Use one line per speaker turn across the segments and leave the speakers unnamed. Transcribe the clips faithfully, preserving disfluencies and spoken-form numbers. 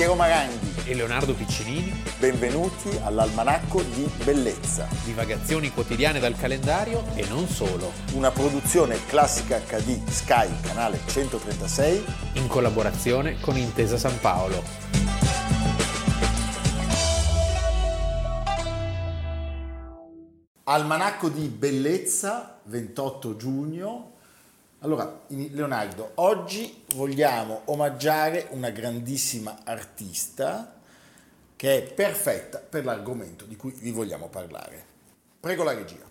Piero Maranghi
e Leonardo Piccinini.
Benvenuti all'Almanacco di Bellezza.
Divagazioni quotidiane dal calendario e non solo.
Una produzione Classica acca di Sky, canale centotrentasei.
In collaborazione con Intesa San Paolo.
Almanacco di Bellezza, ventotto giugno. Allora, Leonardo, oggi vogliamo omaggiare una grandissima artista che è perfetta per l'argomento di cui vi vogliamo parlare. Prego la regia.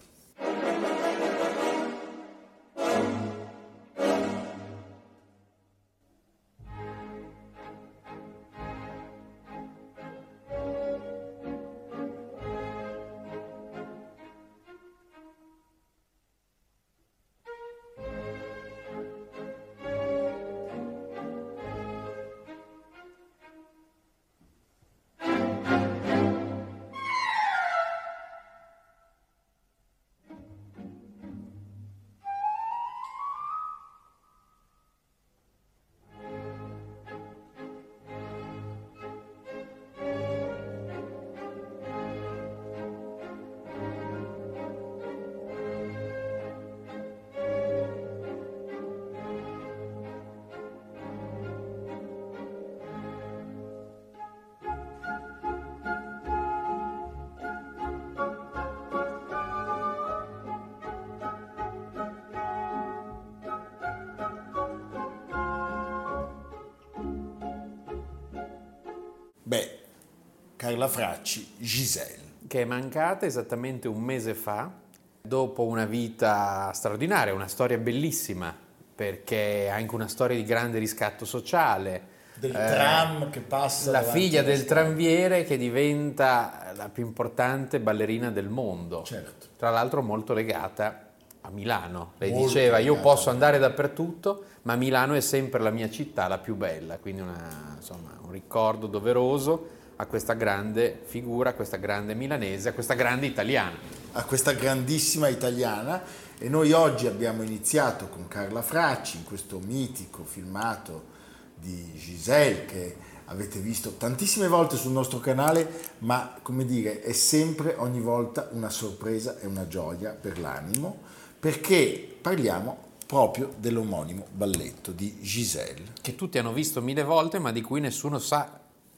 Beh, Carla Fracci, Giselle.
Che è mancata esattamente un mese fa, dopo una vita straordinaria, una storia bellissima, perché è anche una storia di grande riscatto sociale.
Del eh, tram che passa.
La figlia del tranviere che diventa la più importante ballerina del mondo.
Certo.
Tra l'altro molto legata a Milano. Lei
Molto
diceva, io
legata.
posso andare dappertutto, ma Milano è sempre la mia città, la più bella. Quindi una, insomma, un ricordo doveroso a questa grande figura, a questa grande milanese, a questa grande italiana.
A questa grandissima italiana. E noi oggi abbiamo iniziato con Carla Fracci in questo mitico filmato di Giselle che avete visto tantissime volte sul nostro canale, ma come dire è sempre, ogni volta una sorpresa e una gioia per l'animo, perché parliamo proprio dell'omonimo balletto di Giselle.
Che tutti hanno visto mille volte, ma di cui nessuno sa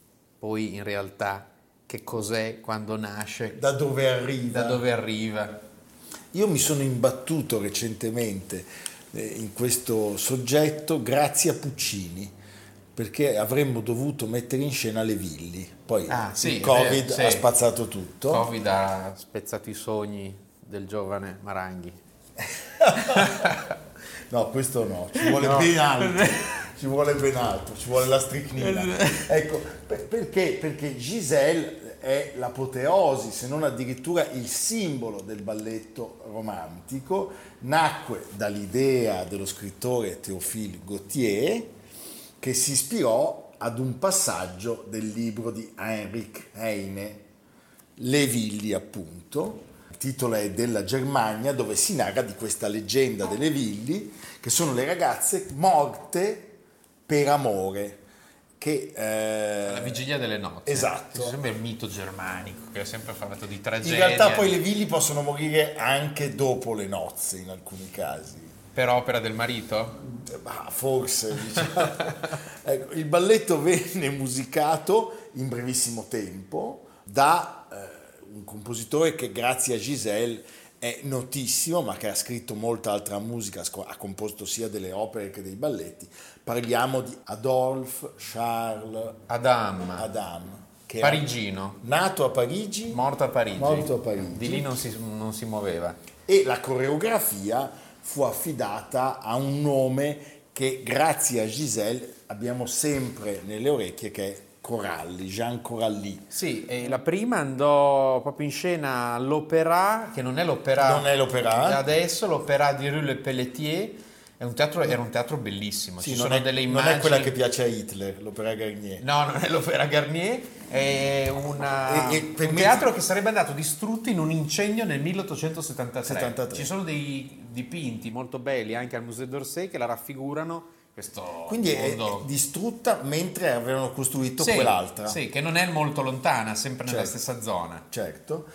poi in realtà che cos'è, quando nasce,
da dove arriva.
Da dove arriva.
Io mi sono imbattuto recentemente eh, in questo soggetto grazie a Puccini, perché avremmo dovuto mettere in scena Le Villi. Poi
ah, sì,
il Covid
eh, sì.
ha spazzato tutto.
Il Covid ha spezzato i sogni del giovane Maranghi.
No, questo no, ci vuole
no.
ben altro, ci vuole ben altro, ci vuole la stricnina. Ecco, per, perché? Perché Giselle è l'apoteosi, se non addirittura il simbolo del balletto romantico. Nacque dall'idea dello scrittore Théophile Gautier, che si ispirò ad un passaggio del libro di Heinrich Heine, Le Villi appunto. Il titolo è Della Germania, dove si narra di questa leggenda delle Villi, che sono le ragazze morte per amore. Che, eh...
La vigilia delle nozze.
Esatto.
È sempre il mito germanico, che è sempre parlato di tragedia.
In realtà poi le Villi possono morire anche dopo le nozze, in alcuni casi.
Per opera del marito?
Bah, forse, diciamo. Ecco, il balletto venne musicato in brevissimo tempo da eh, un compositore che grazie a Giselle è notissimo, ma che ha scritto molta altra musica, ha composto sia delle opere che dei balletti. Parliamo di Adolphe Charles
Adam,
Adam che
parigino,
nato a Parigi,
morto a Parigi.
Morto a Parigi.
Di lì non si, non si muoveva.
E la coreografia fu affidata a un nome che grazie a Giselle abbiamo sempre nelle orecchie, che è Coralli, Jean Coralli.
Sì, e la prima andò proprio in scena all'Opéra, che non è l'Opéra,
non è l'Opéra.
Adesso, l'Opéra di Rue Le Pelletier. È un teatro, era un teatro bellissimo.
Sì,
Ci
non
sono
è,
delle immagini.
Non è quella che piace a Hitler, l'Opéra Garnier.
No, non è l'Opéra Garnier, è una,
e, e per
un
me...
teatro che sarebbe andato distrutto in un incendio nel milleottocentosettantatré.
settantatré.
Ci sono dei dipinti molto belli anche al Musée d'Orsay che la raffigurano questo
Quindi
mondo...
è distrutta mentre avevano costruito
sì,
quell'altra.
Sì, che non è molto lontana, sempre nella
Certo.
stessa zona.
Certo,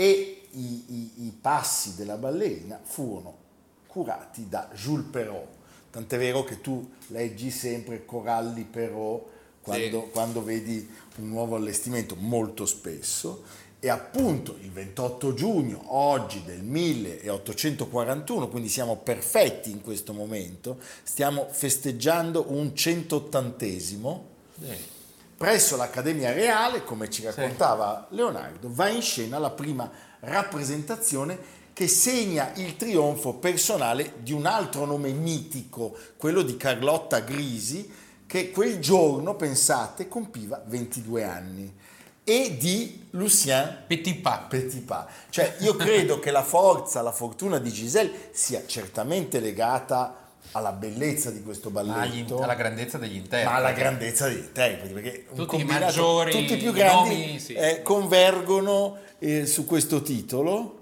e i, i- i passi della ballerina furono curati da Jules Perrault, tant'è vero che tu leggi sempre Coralli Perrault quando,
Sì.
quando vedi un nuovo allestimento, molto spesso, e appunto il ventotto giugno, oggi del milleottocentoquarantuno, quindi siamo perfetti in questo momento, stiamo festeggiando un centottantesimo.
Sì.
Presso l'Accademia Reale, come ci raccontava Leonardo, va in scena la prima rappresentazione che segna il trionfo personale di un altro nome mitico, quello di Carlotta Grisi, che quel giorno, pensate, compiva ventidue anni, e di Lucien
Petipa.
Petipa. Cioè, io credo che la forza, la fortuna di Giselle sia certamente legata alla bellezza di questo balletto,
alla grandezza degli interpreti.
ma alla grandezza degli interpreti, perché un
Tutti i
combinato-
maggiori,
tutti i più
i
grandi
nomi, sì.
eh, convergono eh, su questo titolo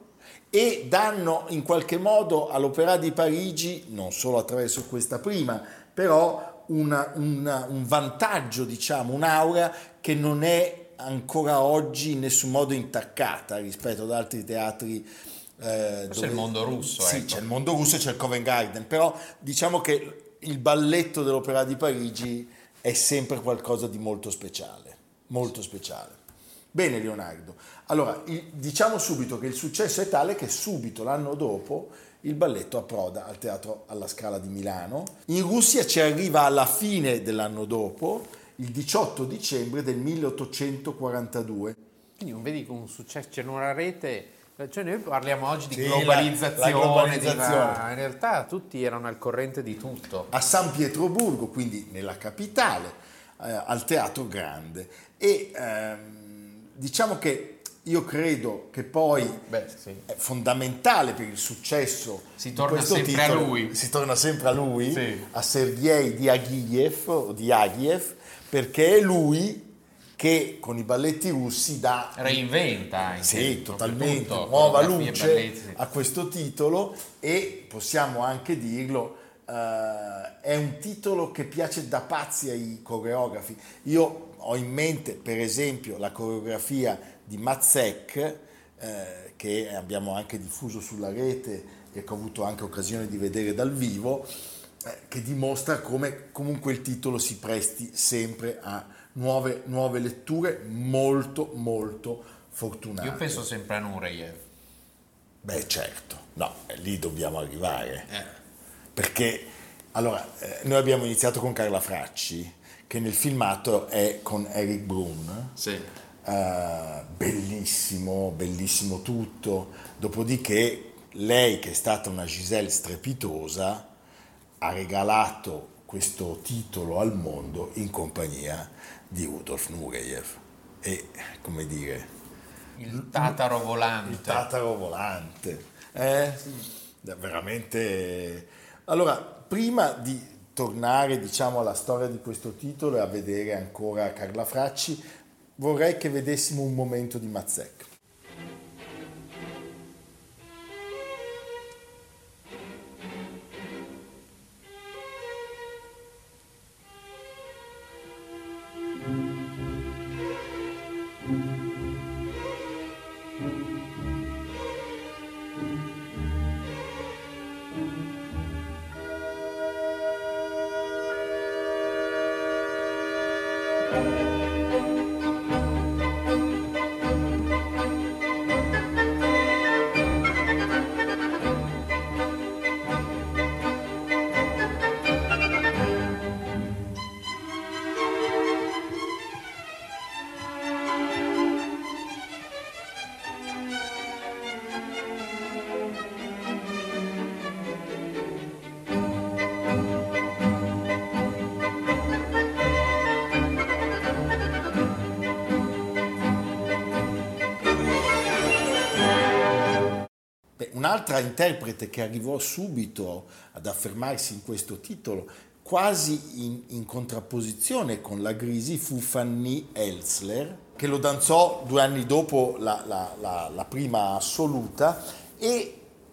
e danno in qualche modo all'Opéra di Parigi, non solo attraverso questa prima, però una- una- un vantaggio, diciamo, un'aura che non è ancora oggi in nessun modo intaccata rispetto ad altri teatri. Eh,
Questo è il mondo russo,
Sì,
ecco.
c'è il mondo russo e c'è il Covent Garden, però diciamo che il balletto dell'Opéra di Parigi è sempre qualcosa di molto speciale, molto speciale. Bene Leonardo, allora il- diciamo subito che il successo è tale che subito l'anno dopo il balletto approda al Teatro alla Scala di Milano. In Russia ci arriva alla fine dell'anno dopo, il diciotto dicembre del milleottocentoquarantadue.
Quindi non vedi con un successo, c'è una rete, cioè noi parliamo oggi di
Sì,
globalizzazione,
la- la globalizzazione.
di- ma in realtà tutti erano al corrente di tutto.
A San Pietroburgo, quindi nella capitale, eh, al Teatro Grande. E ehm, diciamo che io credo che poi
Beh, sì.
è fondamentale per il successo
Si
di
torna
questo
sempre a
titolo,
lui.
si torna sempre a lui,
Sì.
a Sergei Diaghilev o Diaghilev, perché è lui che con i balletti russi dà
Reinventa anche.
sì,
proprio
totalmente
tutto,
nuova
coreografie,
luce
balletti, sì.
a questo titolo, e possiamo anche dirlo, eh, è un titolo che piace da pazzi ai coreografi. Io ho in mente per esempio la coreografia di Matzek, eh, che abbiamo anche diffuso sulla rete e che ho avuto anche occasione di vedere dal vivo, eh, che dimostra come comunque il titolo si presti sempre a nuove, nuove letture molto molto fortunate.
Io penso sempre a Nureyev.
Beh certo, no, eh, lì dobbiamo arrivare,
Eh.
perché allora eh, noi abbiamo iniziato con Carla Fracci, che nel filmato è con Eric Brun.
Sì.
Eh, bellissimo, bellissimo tutto. Dopodiché lei, che è stata una Giselle strepitosa, ha regalato questo titolo al mondo in compagnia di Rudolf Nureyev. E, come dire,
Il tataro volante.
il tataro volante. Eh? Veramente. Allora, prima di tornare, diciamo, alla storia di questo titolo e a vedere ancora Carla Fracci, vorrei che vedessimo un momento di Matzek. Un'altra interprete che arrivò subito ad affermarsi in questo titolo, quasi in, in contrapposizione con la Grisi, fu Fanny Elssler, che lo danzò due anni dopo la, la, la, la prima assoluta, e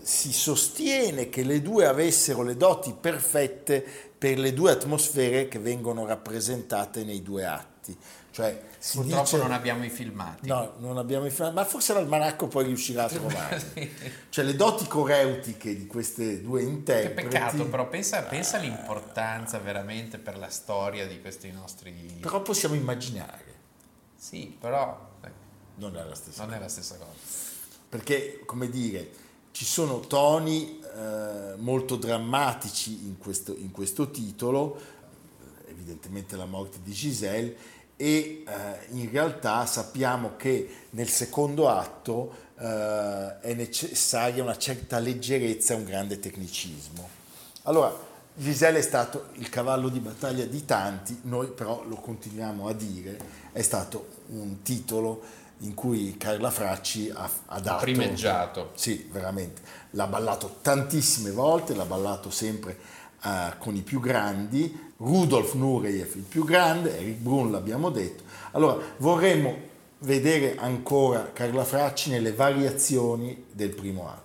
si sostiene che le due avessero le doti perfette per le due atmosfere che vengono rappresentate nei due atti. Cioè, si
Purtroppo
dice,
non abbiamo i filmati.
No, non abbiamo i filmati, ma forse l'almanacco poi riuscirà a trovarli. Cioè le doti coreutiche di queste due interpreti.
Che peccato, però pensa, pensa all'importanza veramente per la storia di questi nostri...
Però possiamo immaginare.
Sì, però
non è la stessa
non
cosa.
è la stessa cosa.
Perché, come dire, ci sono toni eh, molto drammatici in questo, in questo titolo, evidentemente la morte di Giselle, e eh, in realtà sappiamo che nel secondo atto eh, è necessaria una certa leggerezza e un grande tecnicismo. Allora, Giselle è stato il cavallo di battaglia di tanti, noi però lo continuiamo a dire, è stato un titolo in cui Carla Fracci ha, ha dato...
primeggiato.
Sì, veramente. L'ha ballato tantissime volte, l'ha ballato sempre Uh, con i più grandi, Rudolf Nureyev il più grande, Eric Brun l'abbiamo detto. Allora vorremmo vedere ancora Carla Fracci nelle variazioni del primo atto.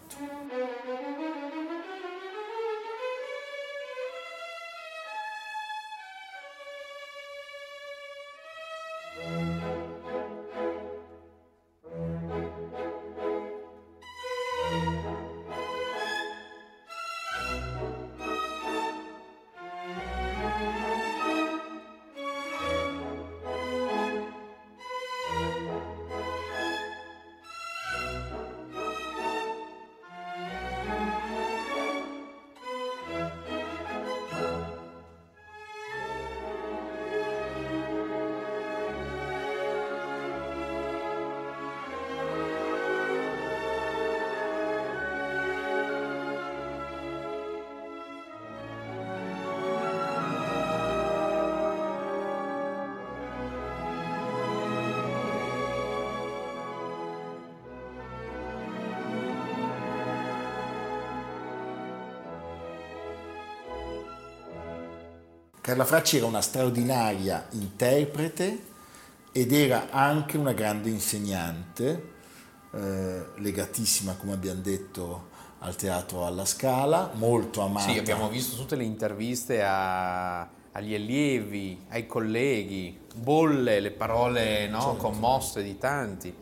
Carla Fracci era una straordinaria interprete ed era anche una grande insegnante, eh, legatissima, come abbiamo detto, al teatro alla Scala, molto amata.
Sì, abbiamo visto tutte le interviste a, agli allievi, ai colleghi, bolle, le parole no,
certo.
commosse di tanti.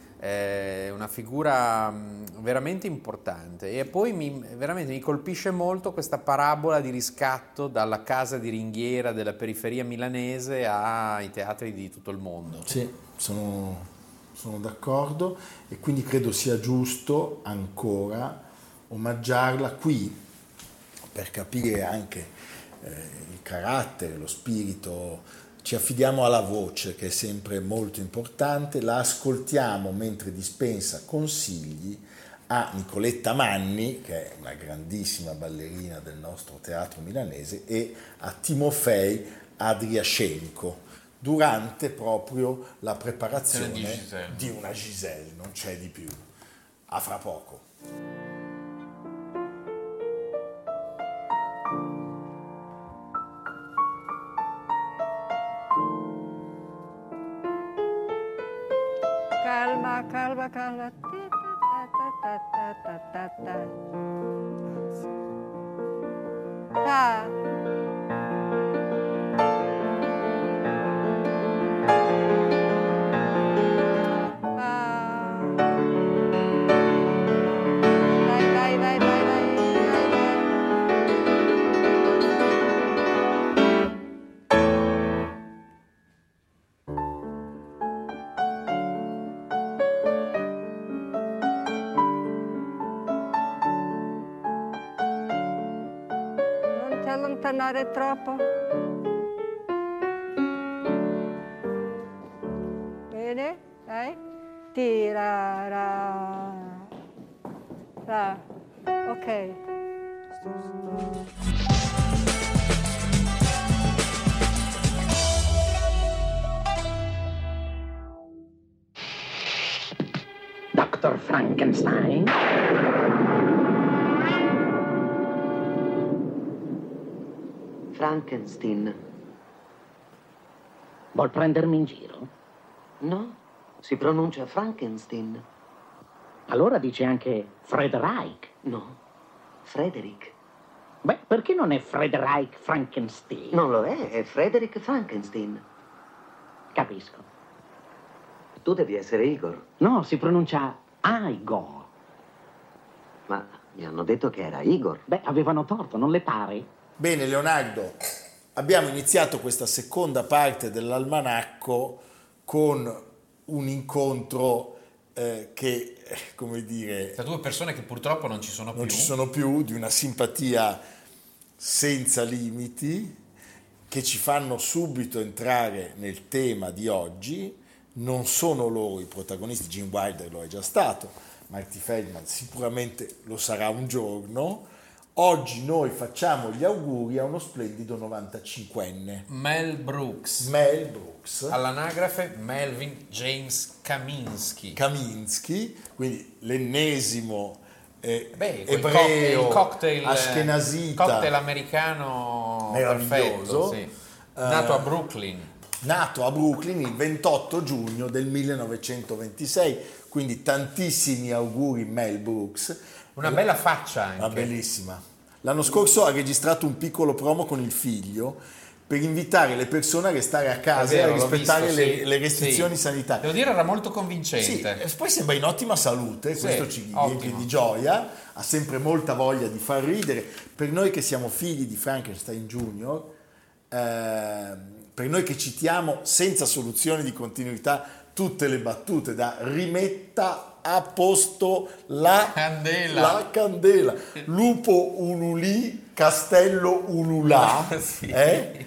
È una figura veramente importante e poi mi, veramente mi colpisce molto questa parabola di riscatto dalla casa di ringhiera della periferia milanese ai teatri di tutto il mondo.
Sì, sono, sono d'accordo e quindi credo sia giusto ancora omaggiarla qui per capire anche eh, il carattere, lo spirito. Ci affidiamo alla voce, che è sempre molto importante, la ascoltiamo mentre dispensa consigli a Nicoletta Manni, che è una grandissima ballerina del nostro teatro milanese, e a Timofei Adriascenko, durante proprio la preparazione
di, Giselle.
di una Giselle, non c'è di più. A fra poco.
Calma, calma, calma. Ta, ta, ta, ta, ta, ta. Ta. Vai, vai, vai, vai, vai, vai. Allontanare troppo. Bene, dai. Tira, ra, ra. Ok.
Doctor Frankenstein?
Frankenstein.
Vuol prendermi in giro?
No, si pronuncia Frankenstein.
Allora dice anche Fred Reich. No, Frederick.
Beh, perché non è Frederick Frankenstein?
Non lo è, è Frederick Frankenstein.
Capisco.
Tu devi essere Igor.
No, si pronuncia Igor.
Ma mi hanno detto che era Igor.
Beh, avevano torto, non le pare?
Bene, Leonardo, abbiamo iniziato questa seconda parte dell'almanacco con un incontro eh, che, come dire,
Tra due persone che purtroppo non ci sono
non
più.
ci sono più, di una simpatia senza limiti, che ci fanno subito entrare nel tema di oggi. Non sono loro i protagonisti, Gene Wilder lo è già stato, Marty Feldman sicuramente lo sarà un giorno. Oggi noi facciamo gli auguri a uno splendido novantacinquenne,
Mel Brooks.
Mel Brooks,
All'anagrafe Melvin James Kaminsky.
Kaminsky, quindi l'ennesimo eh,
Beh, quel
ebreo,
cocktail, cocktail,
ashkenazita,
cocktail americano
meraviglioso,
perfetto, sì. Nato a Brooklyn.
nato a Brooklyn il ventotto giugno del millenovecentoventisei, quindi tantissimi auguri Mel Brooks.
Una bella faccia anche.
Una bellissima. L'anno scorso ha registrato un piccolo promo con il figlio per invitare le persone a restare a casa
È vero,
e a
l'ho
rispettare
visto,
le,
sì,
le restrizioni
sì.
sanitarie.
Devo dire, era molto
Sì,
convincente.
e poi sembra in ottima salute,
Sì,
questo ci
ottimo.
riempie di gioia, ha sempre molta voglia di far ridere. Per noi che siamo figli di Frankenstein Junior, eh, per noi che citiamo senza soluzione di continuità tutte le battute da rimetta a posto la
Candela.
la candela, lupo ululì, castello ululà,
Sì.
eh?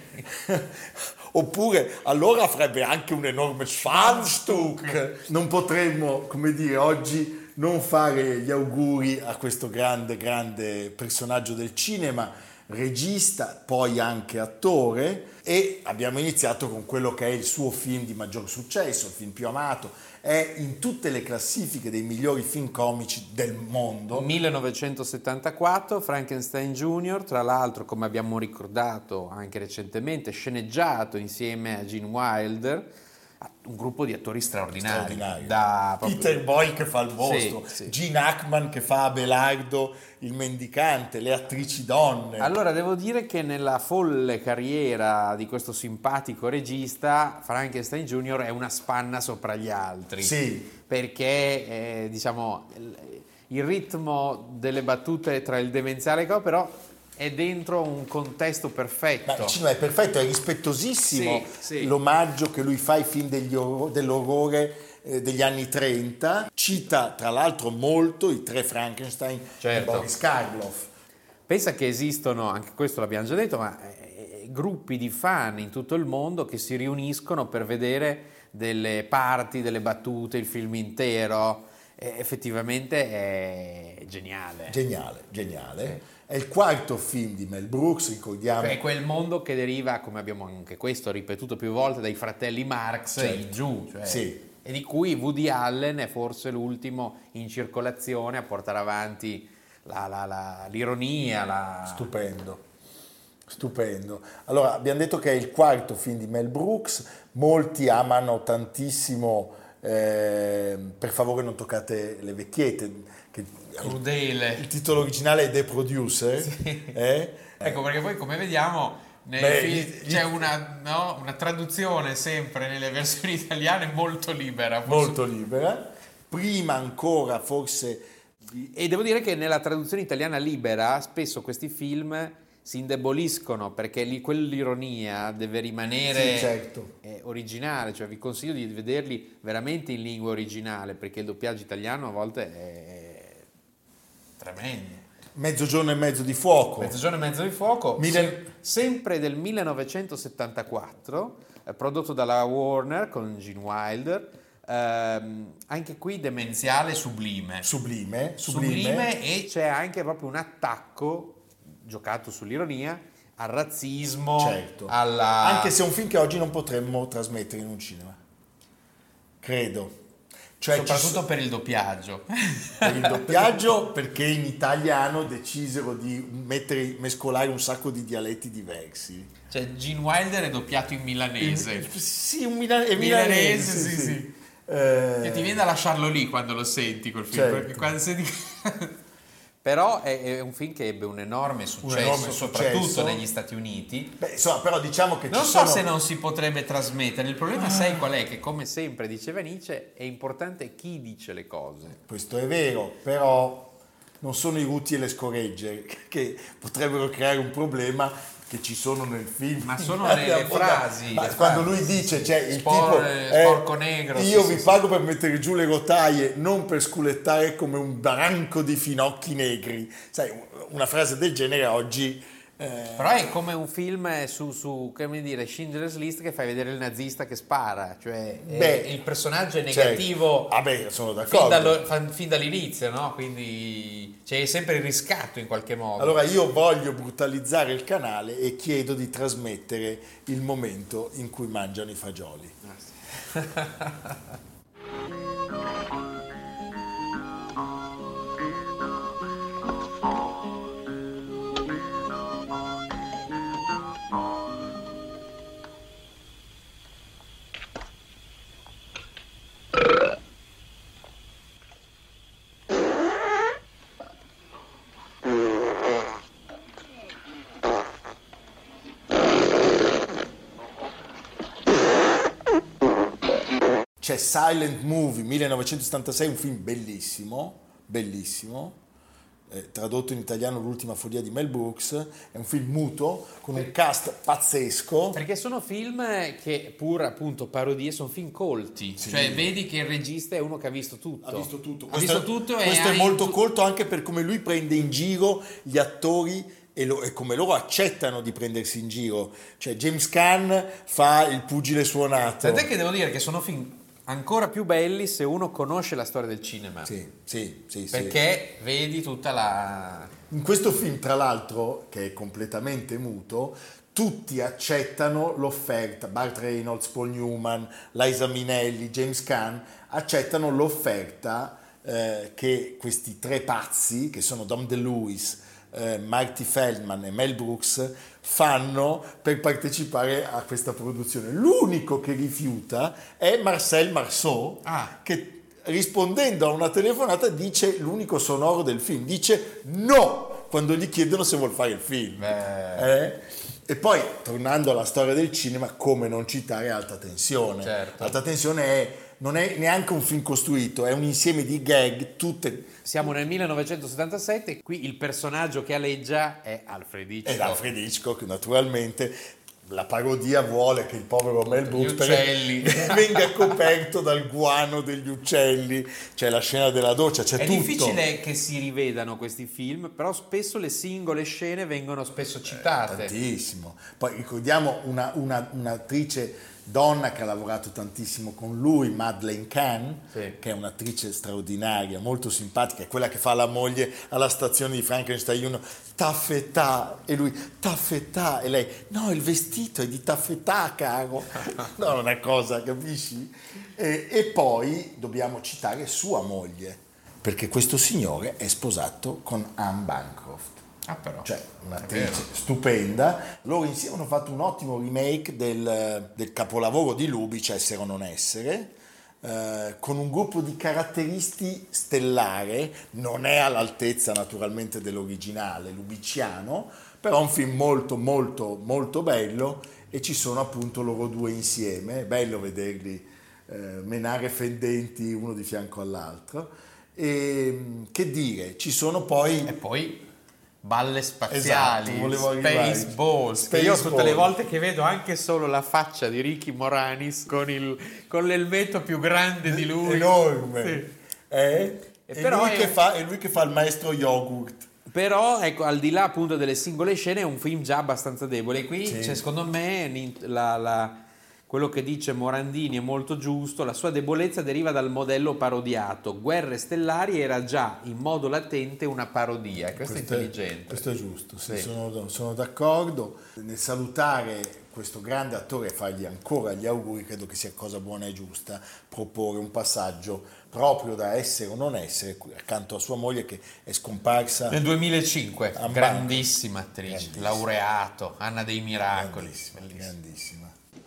Oppure allora avrebbe anche un enorme Schwanzstück. Non potremmo, come dire, oggi non fare gli auguri a questo grande, grande personaggio del cinema, regista, poi anche attore, e abbiamo iniziato con quello che è il suo film di maggior successo, il film più amato, è in tutte le classifiche dei migliori film comici del mondo.
millenovecentosettantaquattro, Frankenstein Junior, tra l'altro, come abbiamo ricordato anche recentemente, sceneggiato insieme a Gene Wilder, un gruppo di attori straordinari.
Straordinario.
Da proprio-
Peter Boyle che fa il mostro,
Sì, sì.
Gene Hackman che fa Abelardo il mendicante, le attrici donne.
Allora, devo dire che nella folle carriera di questo simpatico regista, Frankenstein Junior è una spanna sopra gli altri.
Sì.
Perché, eh, diciamo, il- il ritmo delle battute tra il demenziale e co, però è dentro un contesto perfetto.
Ma il cinema è perfetto, è rispettosissimo
Sì, sì.
l'omaggio che lui fa ai film degli orro- dell'orrore eh, degli anni trenta. Cita tra l'altro molto i tre Frankenstein
Certo.
di Boris Karloff.
Pensa che esistono, anche questo l'abbiamo già detto, ma eh, gruppi di fan in tutto il mondo che si riuniscono per vedere delle parti, delle battute, il film intero. E effettivamente è geniale.
Geniale, geniale. È il quarto film di Mel Brooks, ricordiamo.
È quel mondo che deriva, come abbiamo anche questo ripetuto più volte, dai fratelli Marx
Certo.
in giù. Cioè,
Sì.
E di cui Woody Allen è forse l'ultimo in circolazione a portare avanti la- la- la- l'ironia. La...
Stupendo, stupendo. Allora, abbiamo detto che è il quarto film di Mel Brooks, molti amano tantissimo eh, Per favore non toccate le vecchiette, che
Crudele.
il titolo originale è The Producer. eh?
Ecco, perché poi come vediamo nei
Beh,
film
gli-
c'è una, no, una traduzione sempre nelle versioni italiane molto libera. forse-
Molto libera. Prima ancora forse di-
E devo dire che nella traduzione italiana libera spesso questi film si indeboliscono perché lì quell'ironia deve rimanere
Sì, certo.
eh, originale, cioè vi consiglio di vederli veramente in lingua originale perché il doppiaggio italiano a volte è tremendo.
Mezzogiorno e mezzo di fuoco.
Mezzogiorno e mezzo di fuoco,
Mille-
se- sempre del millenovecentosettantaquattro, eh, prodotto dalla Warner con Gene Wilder, ehm, anche qui demenziale sublime.
Sublime,
Sublime,
sublime.
e c'è anche proprio un attacco giocato sull'ironia al razzismo,
Certo.
alla...
Anche se è un film che oggi non potremmo trasmettere in un cinema. Credo. Cioè, ci
soprattutto
so-
per il doppiaggio.
per il doppiaggio, perché in italiano decisero di mettere, mescolare un sacco di dialetti diversi.
Cioè Gene Wilder è doppiato in milanese.
In- sì, un mila- è
Milanese,
milanese,
sì, sì.
Eh,
Che ti viene da lasciarlo lì quando lo senti quel film,
Certo.
perché quando senti... Però è, è un film che ebbe un enorme successo,
Un enorme
soprattutto
successo.
negli Stati Uniti.
Beh, insomma, però diciamo che
Non
ci
so
sono...
se non si potrebbe trasmettere. Il problema, sai qual è? Che come sempre diceva Nietzsche, è importante chi dice le cose.
Questo è vero, però non sono i rutti e le scoregge che potrebbero creare un problema che ci sono nel film.
Ma sono le, le frasi.
Ma
le
quando
frasi.
lui dice, cioè il
Spor-
tipo
eh, sporco negro,
io
sì,
vi
sì, sì.
pago per mettere giù le rotaie, non per sculettare come un branco di finocchi negri. Sai, una frase del genere oggi... eh,
Però è come un film su, su come dire, Schindler's List, che fai vedere il nazista che spara, cioè è-
Beh,
il personaggio è
cioè,
negativo
vabbè, sono
fin,
d'accordo.
dallo- fa- fin dall'inizio, no? Quindi c'è sempre il riscatto in qualche modo.
Allora io voglio brutalizzare il canale e chiedo di trasmettere il momento in cui mangiano i fagioli. C'è Silent Movie millenovecentosettantasei, un film bellissimo, bellissimo, eh, tradotto in italiano L'ultima follia di Mel Brooks, è un film muto con un cast pazzesco.
Perché sono film che, pur appunto parodie, sono film colti.
Sì.
Cioè vedi che il regista è uno che ha visto tutto.
Ha visto tutto.
Ha
Questo,
visto tutto e
questo
ha
è molto
in-
colto anche per come lui prende in giro gli attori e, lo- e come loro accettano di prendersi in giro. Cioè James Caan fa il pugile suonato.
Tant'è che devo dire che sono film ancora più belli se uno conosce la storia del cinema.
Sì, sì, sì, sì.
Perché vedi tutta la...
In questo film, tra l'altro, che è completamente muto, tutti accettano l'offerta. Burt Reynolds, Paul Newman, Liza Minnelli, James Caan accettano l'offerta eh, che questi tre pazzi, che sono Dom DeLuise, eh, Marty Feldman e Mel Brooks, fanno per partecipare a questa produzione. L'unico che rifiuta è Marcel Marceau,
Ah.
che rispondendo a una telefonata dice l'unico sonoro del film, dice no quando gli chiedono se vuol fare il film.
Beh.
Eh? E poi, tornando alla storia del cinema, come non citare Alta Tensione?
Certo.
Alta Tensione è, non è neanche un film costruito, è un insieme di gag, tutte...
Siamo nel millenovecentosettantasette, qui il personaggio che aleggia è Alfred Hitchcock.
Ed Alfred Hitchcock, naturalmente, la parodia vuole che il povero Mel Brooks
Gli uccelli.
venga coperto dal guano degli uccelli. C'è la scena della doccia, c'è
È
tutto.
difficile che si rivedano questi film, però spesso le singole scene vengono spesso citate.
Tantissimo. Poi ricordiamo una, una, un'attrice donna che ha lavorato tantissimo con lui, Madeleine Kahn,
Sì.
che è un'attrice straordinaria, molto simpatica, è quella che fa la moglie alla stazione di Frankenstein uno, taffetà, e lui, taffetà, e lei, no, il vestito è di taffetà, caro. No, una cosa, capisci? E, e poi dobbiamo citare sua moglie, perché questo signore è sposato con Anne Bancroft.
Ah, però.
Cioè,
È
un'attrice
vero.
stupenda. Loro insieme hanno fatto un ottimo remake del, del capolavoro di Lubitsch, Essere o non essere, eh, con un gruppo di caratteristi stellare. Non è all'altezza naturalmente dell'originale lubicciano, però è un film molto molto molto bello e ci sono appunto loro due insieme. È bello vederli eh, menare fendenti uno di fianco all'altro. E che dire, ci sono poi...
E poi balle spaziali,
Esatto, volevo arrivare.
Spaceballs, che io
Spaceballs.
tutte le volte che vedo anche solo la faccia di Ricky Moranis con, il, con l'elmetto più grande di lui.
Enorme.
Sì.
Eh?
E
E,
però
lui
è-
che fa, è lui che fa il maestro yogurt.
Però ecco, al di là appunto delle singole scene è un film già abbastanza debole. Qui
Sì.
c'è secondo me l'int- la- la- quello che dice Morandini è molto giusto, la sua debolezza deriva dal modello parodiato. Guerre Stellari era già in modo latente una parodia, e questo, è intelligente.
Questo è giusto, sì,
Sì.
Sono, sono d'accordo. Nel salutare questo grande attore e fargli ancora gli auguri, credo che sia cosa buona e giusta proporre un passaggio proprio da Essere o non essere accanto a sua moglie che è scomparsa.
Nel duemilacinque,
Anne
grandissima attrice,
Grandissima.
laureato, Anna dei Miracoli.
Grandissima,
Bellissima.
grandissima.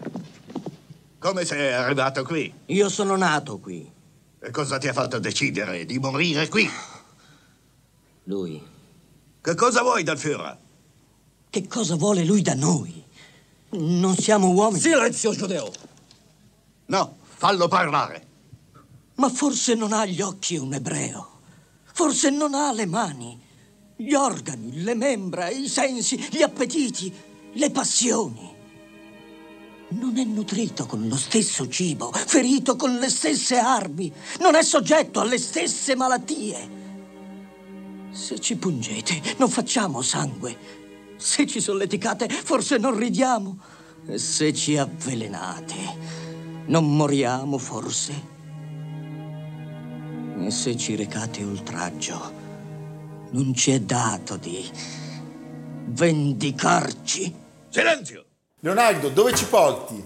Come sei arrivato qui?
Io sono nato qui.
E cosa ti ha fatto decidere di morire qui?
Lui.
Che cosa vuoi dal Führer?
Che cosa vuole lui da noi? Non siamo uomini.
Silenzio, giudeo! No, fallo parlare.
Ma forse non ha gli occhi un ebreo. Forse non ha le mani, gli organi, le membra, i sensi, gli appetiti, le passioni. Non è nutrito con lo stesso cibo, ferito con le stesse armi, non è soggetto alle stesse malattie. Se ci pungete, non facciamo sangue. Se ci solleticate, forse non ridiamo. E se ci avvelenate, non moriamo forse. E se ci recate oltraggio, non ci è dato di vendicarci.
Silenzio!
Leonardo, dove ci porti?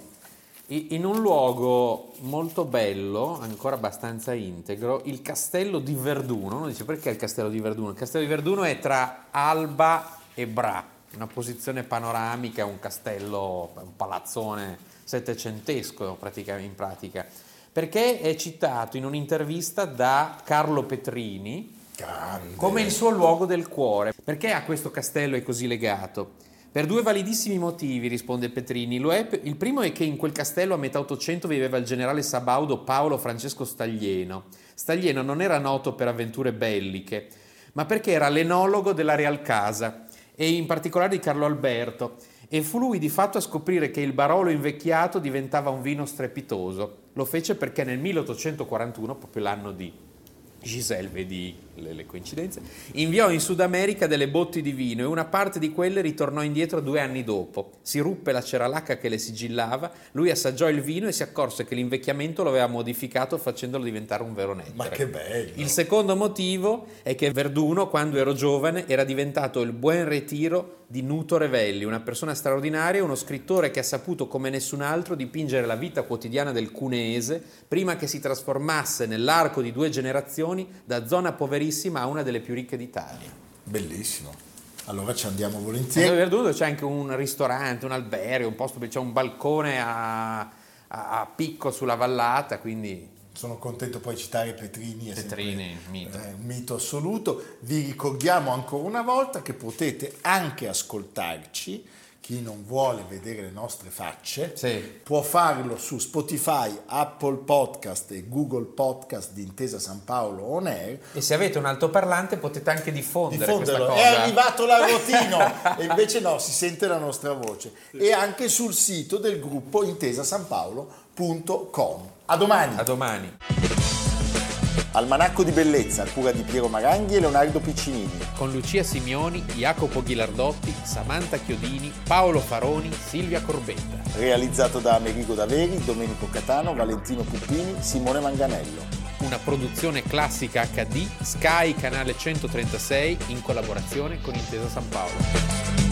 In un luogo molto bello, ancora abbastanza integro, il castello di Verduno. Uno dice: perché il castello di Verduno? Il castello di Verduno è tra Alba e Bra, una posizione panoramica, un castello, un palazzone settecentesco praticamente, in pratica, perché è citato in un'intervista da Carlo Petrini
Grande.
come il suo luogo del cuore. Perché a questo castello è così legato? Per due validissimi motivi, risponde Petrini. Lo è, il primo è che in quel castello a metà Ottocento viveva il generale sabaudo Paolo Francesco Staglieno. Staglieno non era noto per avventure belliche, ma perché era l'enologo della Real Casa e in particolare di Carlo Alberto, e fu lui di fatto a scoprire che il Barolo invecchiato diventava un vino strepitoso. Lo fece perché nel milleottocentoquarantuno, proprio l'anno di Giselle, vedi le, le coincidenze, inviò in Sud America delle botti di vino e una parte di quelle ritornò indietro due anni dopo. Si ruppe la ceralacca che le sigillava, lui assaggiò il vino e si accorse che l'invecchiamento lo aveva modificato facendolo diventare un vero nettare.
Ma che bello!
Il secondo motivo è che Verduno, quando ero giovane, era diventato il buon ritiro di Nuto Revelli, una persona straordinaria, uno scrittore che ha saputo come nessun altro dipingere la vita quotidiana del cuneese prima che si trasformasse nell'arco di due generazioni da zona poverissima a una delle più ricche d'Italia.
Bellissimo. Allora ci andiamo
A
volentieri.
Verduno c'è anche un ristorante, un albergo, un posto dove c'è un balcone a, a, a picco sulla vallata, quindi...
Sono contento poi di citare Petrini, è
Petrini,
sempre,
mito.
eh, un mito assoluto. Vi ricordiamo ancora una volta che potete anche ascoltarci. Chi non vuole vedere le nostre facce
Sì.
può farlo su Spotify, Apple Podcast e Google Podcast di Intesa San Paolo On Air.
E se avete un altoparlante potete anche diffondere
Diffonderlo.
questa
È
cosa.
arrivato l'arrotino e invece no, si sente la nostra voce. E anche sul sito del gruppo intesa san paolo punto com. A domani.
A domani.
Almanacco di bellezza a cura di Piero Maranghi e Leonardo Piccinini.
Con Lucia Simioni, Jacopo Ghilardotti, Samantha Chiodini, Paolo Faroni, Silvia Corbetta.
Realizzato da Amerigo Daveri, Domenico Catano, Valentino Puppini, Simone Manganello.
Una produzione classica acca di Sky Canale centotrentasei in collaborazione con Intesa San Paolo.